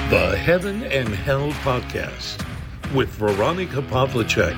The Heaven and Hell Podcast with Veronica Pavlicek.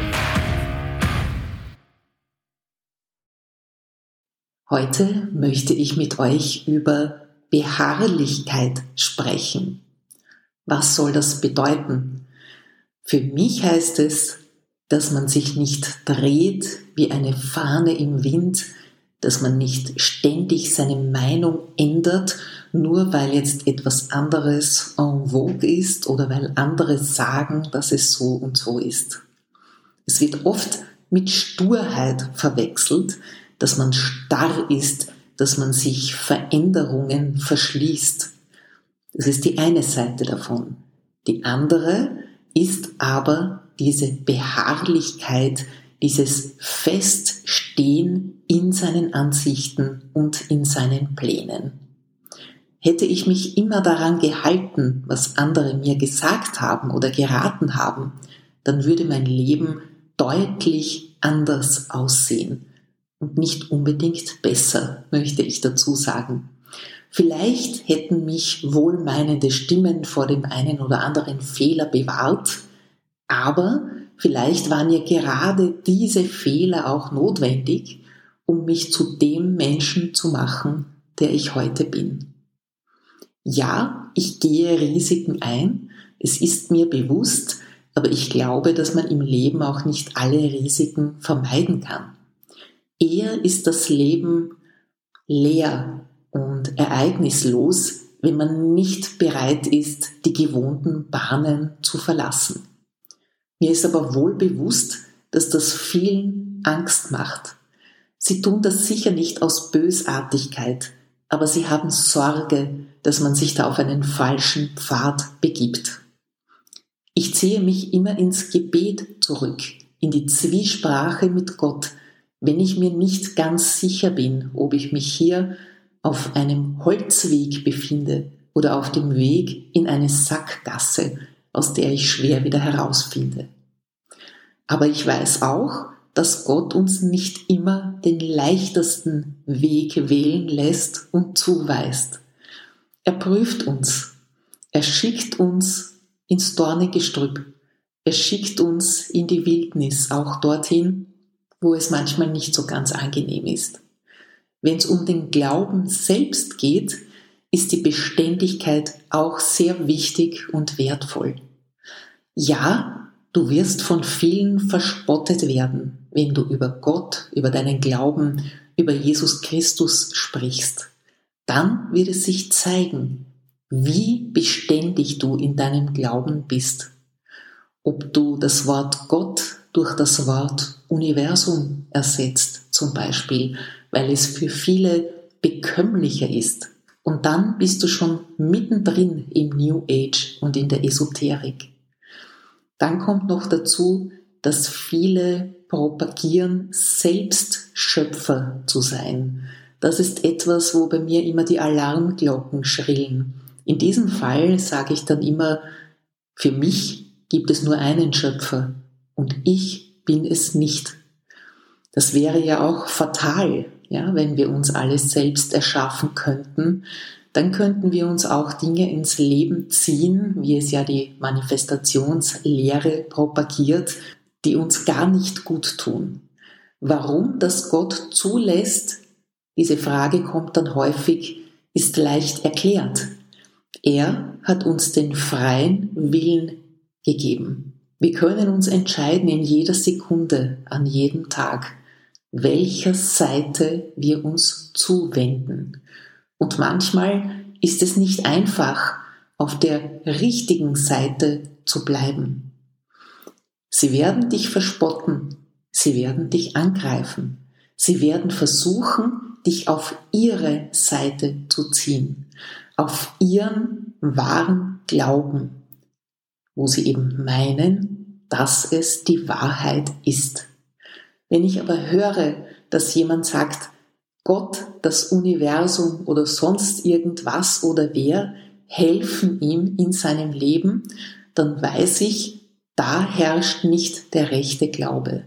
Heute möchte ich mit euch über Beharrlichkeit sprechen. Was soll das bedeuten? Für mich heißt es, dass man sich nicht dreht wie eine Fahne im Wind, dass man nicht ständig seine Meinung ändert, nur weil jetzt etwas anderes en vogue ist oder weil andere sagen, dass es so und so ist. Es wird oft mit Sturheit verwechselt, dass man starr ist, dass man sich Veränderungen verschließt. Das ist die eine Seite davon. Die andere ist aber diese Beharrlichkeit, dieses Feststehen in seinen Ansichten und in seinen Plänen. Hätte ich mich immer daran gehalten, was andere mir gesagt haben oder geraten haben, dann würde mein Leben deutlich anders aussehen und nicht unbedingt besser, möchte ich dazu sagen. Vielleicht hätten mich wohlmeinende Stimmen vor dem einen oder anderen Fehler bewahrt, aber vielleicht waren ja gerade diese Fehler auch notwendig, um mich zu dem Menschen zu machen, der ich heute bin. Ja, ich gehe Risiken ein, es ist mir bewusst, aber ich glaube, dass man im Leben auch nicht alle Risiken vermeiden kann. Eher ist das Leben leer und ereignislos, wenn man nicht bereit ist, die gewohnten Bahnen zu verlassen. Mir ist aber wohl bewusst, dass das vielen Angst macht. Sie tun das sicher nicht aus Bösartigkeit, aber sie haben Sorge, dass man sich da auf einen falschen Pfad begibt. Ich ziehe mich immer ins Gebet zurück, in die Zwiesprache mit Gott, wenn ich mir nicht ganz sicher bin, ob ich mich hier auf einem Holzweg befinde oder auf dem Weg in eine Sackgasse, aus der ich schwer wieder herausfinde. Aber ich weiß auch, dass Gott uns nicht immer den leichtesten Weg wählen lässt und zuweist. Er prüft uns. Er schickt uns ins Dornengestrüpp. Er schickt uns in die Wildnis, auch dorthin, wo es manchmal nicht so ganz angenehm ist. Wenn es um den Glauben selbst geht, ist die Beständigkeit auch sehr wichtig und wertvoll. Ja, du wirst von vielen verspottet werden, wenn du über Gott, über deinen Glauben, über Jesus Christus sprichst. Dann wird es sich zeigen, wie beständig du in deinem Glauben bist. Ob du das Wort Gott durch das Wort Universum ersetzt, zum Beispiel, weil es für viele bekömmlicher ist. Und dann bist du schon mittendrin im New Age und in der Esoterik. Dann kommt noch dazu, dass viele propagieren, selbst Schöpfer zu sein. Das ist etwas, wo bei mir immer die Alarmglocken schrillen. In diesem Fall sage ich dann immer, für mich gibt es nur einen Schöpfer und ich bin es nicht. Das wäre ja auch fatal, ja, wenn wir uns alles selbst erschaffen könnten. Dann könnten wir uns auch Dinge ins Leben ziehen, wie es ja die Manifestationslehre propagiert, die uns gar nicht gut tun. Warum das Gott zulässt, diese Frage kommt dann häufig, ist leicht erklärt. Er hat uns den freien Willen gegeben. Wir können uns entscheiden in jeder Sekunde, an jedem Tag, welcher Seite wir uns zuwenden. Und manchmal ist es nicht einfach, auf der richtigen Seite zu bleiben. Sie werden dich verspotten, sie werden dich angreifen, sie werden versuchen, dich auf ihre Seite zu ziehen, auf ihren wahren Glauben, wo sie eben meinen, dass es die Wahrheit ist. Wenn ich aber höre, dass jemand sagt, Gott, das Universum oder sonst irgendwas oder wer helfen ihm in seinem Leben, dann weiß ich, da herrscht nicht der rechte Glaube.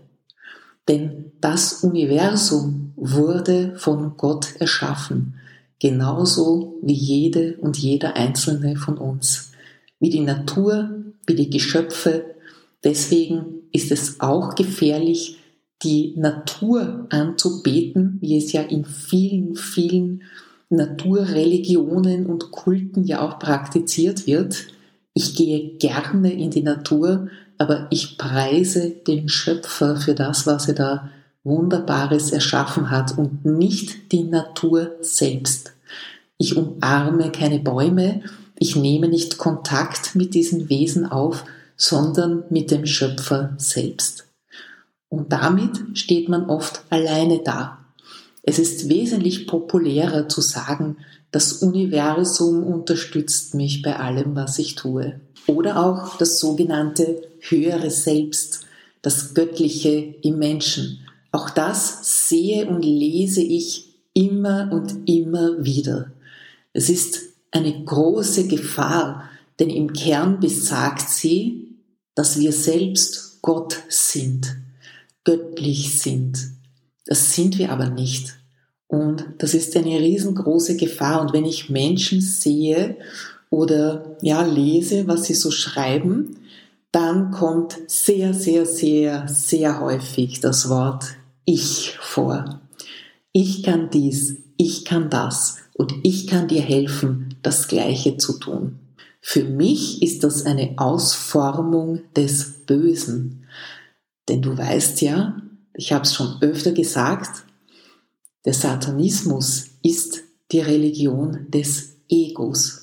Denn das Universum wurde von Gott erschaffen, genauso wie jede und jeder einzelne von uns. wie die Natur, wie die Geschöpfe. Deswegen ist es auch gefährlich, die Natur anzubeten, wie es ja in vielen, vielen Naturreligionen und Kulten ja auch praktiziert wird. Ich gehe gerne in die Natur, aber ich preise den Schöpfer für das, was er da Wunderbares erschaffen hat und nicht die Natur selbst. Ich umarme keine Bäume, ich nehme nicht Kontakt mit diesen Wesen auf, sondern mit dem Schöpfer selbst. Und damit steht man oft alleine da. Es ist wesentlich populärer zu sagen, das Universum unterstützt mich bei allem, was ich tue. Oder auch das sogenannte höhere Selbst, das Göttliche im Menschen. Auch das sehe und lese ich immer und immer wieder. Es ist eine große Gefahr, denn im Kern besagt sie, dass wir selbst Gott sind, göttlich sind. Das sind wir aber nicht. Und das ist eine riesengroße Gefahr. Und wenn ich Menschen sehe oder lese, was sie so schreiben, dann kommt sehr, sehr, sehr, sehr häufig das Wort Ich vor. Ich kann dies, ich kann das und ich kann dir helfen, das Gleiche zu tun. Für mich ist das eine Ausformung des Bösen. Denn du weißt ja, ich habe es schon öfter gesagt, der Satanismus ist die Religion des Egos.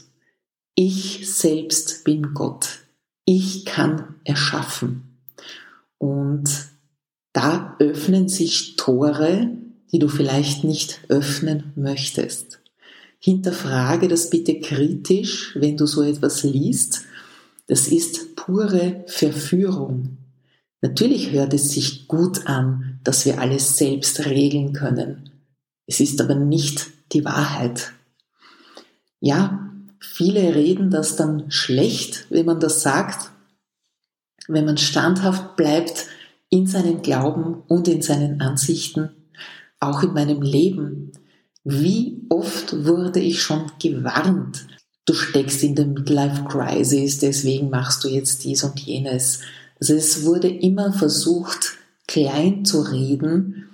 Ich selbst bin Gott. Ich kann erschaffen. Und da öffnen sich Tore, die du vielleicht nicht öffnen möchtest. Hinterfrage das bitte kritisch, wenn du so etwas liest. Das ist pure Verführung. Natürlich hört es sich gut an, dass wir alles selbst regeln können. Es ist aber nicht die Wahrheit. Ja, viele reden das dann schlecht, wenn man das sagt. Wenn man standhaft bleibt in seinem Glauben und in seinen Ansichten, auch in meinem Leben. Wie oft wurde ich schon gewarnt? Du steckst in der Midlife-Crisis, deswegen machst du jetzt dies und jenes. Also es wurde immer versucht, klein zu reden.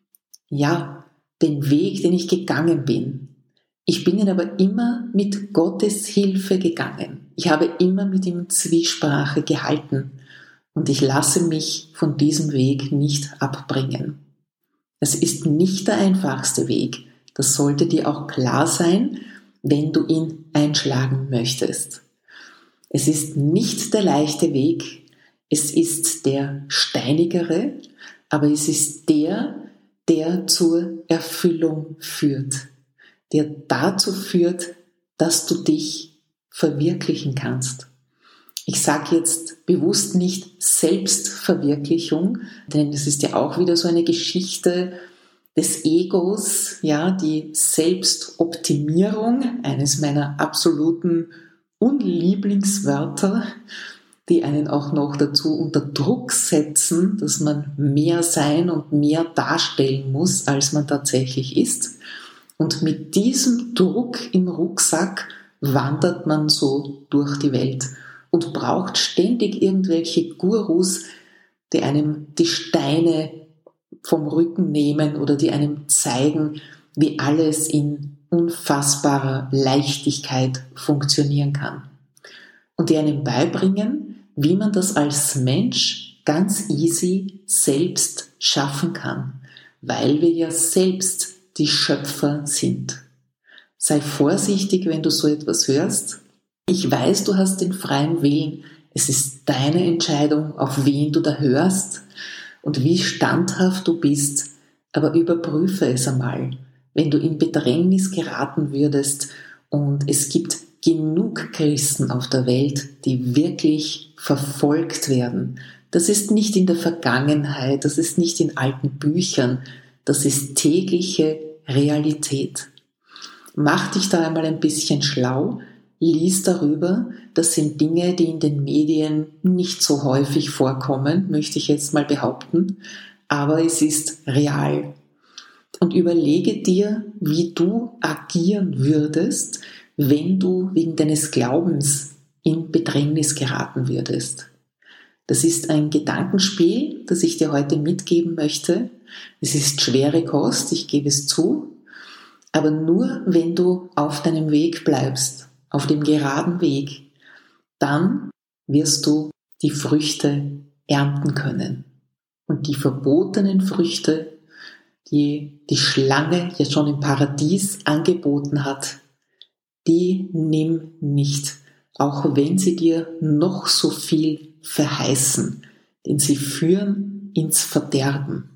Ja, den Weg, den ich gegangen bin. Ich bin ihn aber immer mit Gottes Hilfe gegangen. Ich habe immer mit ihm Zwiesprache gehalten und ich lasse mich von diesem Weg nicht abbringen. Es ist nicht der einfachste Weg. Das sollte dir auch klar sein, wenn du ihn einschlagen möchtest. Es ist nicht der leichte Weg, es ist der steinigere, aber es ist der zur Erfüllung führt, der dazu führt, dass du dich verwirklichen kannst. Ich sage jetzt bewusst nicht Selbstverwirklichung, denn es ist ja auch wieder so eine Geschichte des Egos, ja, die Selbstoptimierung, eines meiner absoluten Unlieblingswörter, die einen auch noch dazu unter Druck setzen, dass man mehr sein und mehr darstellen muss, als man tatsächlich ist. Und mit diesem Druck im Rucksack wandert man so durch die Welt und braucht ständig irgendwelche Gurus, die einem die Steine vom Rücken nehmen oder die einem zeigen, wie alles in unfassbarer Leichtigkeit funktionieren kann. Und die einem beibringen, wie man das als Mensch ganz easy selbst schaffen kann, weil wir ja selbst die Schöpfer sind. Sei vorsichtig, wenn du so etwas hörst. Ich weiß, du hast den freien Willen. Es ist deine Entscheidung, auf wen du da hörst und wie standhaft du bist, aber überprüfe es einmal. Wenn du in Bedrängnis geraten würdest und es gibt genug Christen auf der Welt, die wirklich verfolgt werden. Das ist nicht in der Vergangenheit, das ist nicht in alten Büchern, das ist tägliche Realität. Mach dich da einmal ein bisschen schlau, lies darüber, das sind Dinge, die in den Medien nicht so häufig vorkommen, möchte ich jetzt mal behaupten, aber es ist real. Und überlege dir, wie du agieren würdest, wenn du wegen deines Glaubens in Bedrängnis geraten würdest. Das ist ein Gedankenspiel, das ich dir heute mitgeben möchte. Es ist schwere Kost, ich gebe es zu, aber nur wenn du auf deinem Weg bleibst, auf dem geraden Weg, dann wirst du die Früchte ernten können. Und die verbotenen Früchte, die die Schlange ja schon im Paradies angeboten hat, die nimm nicht, auch wenn sie dir noch so viel verheißen, denn sie führen ins Verderben.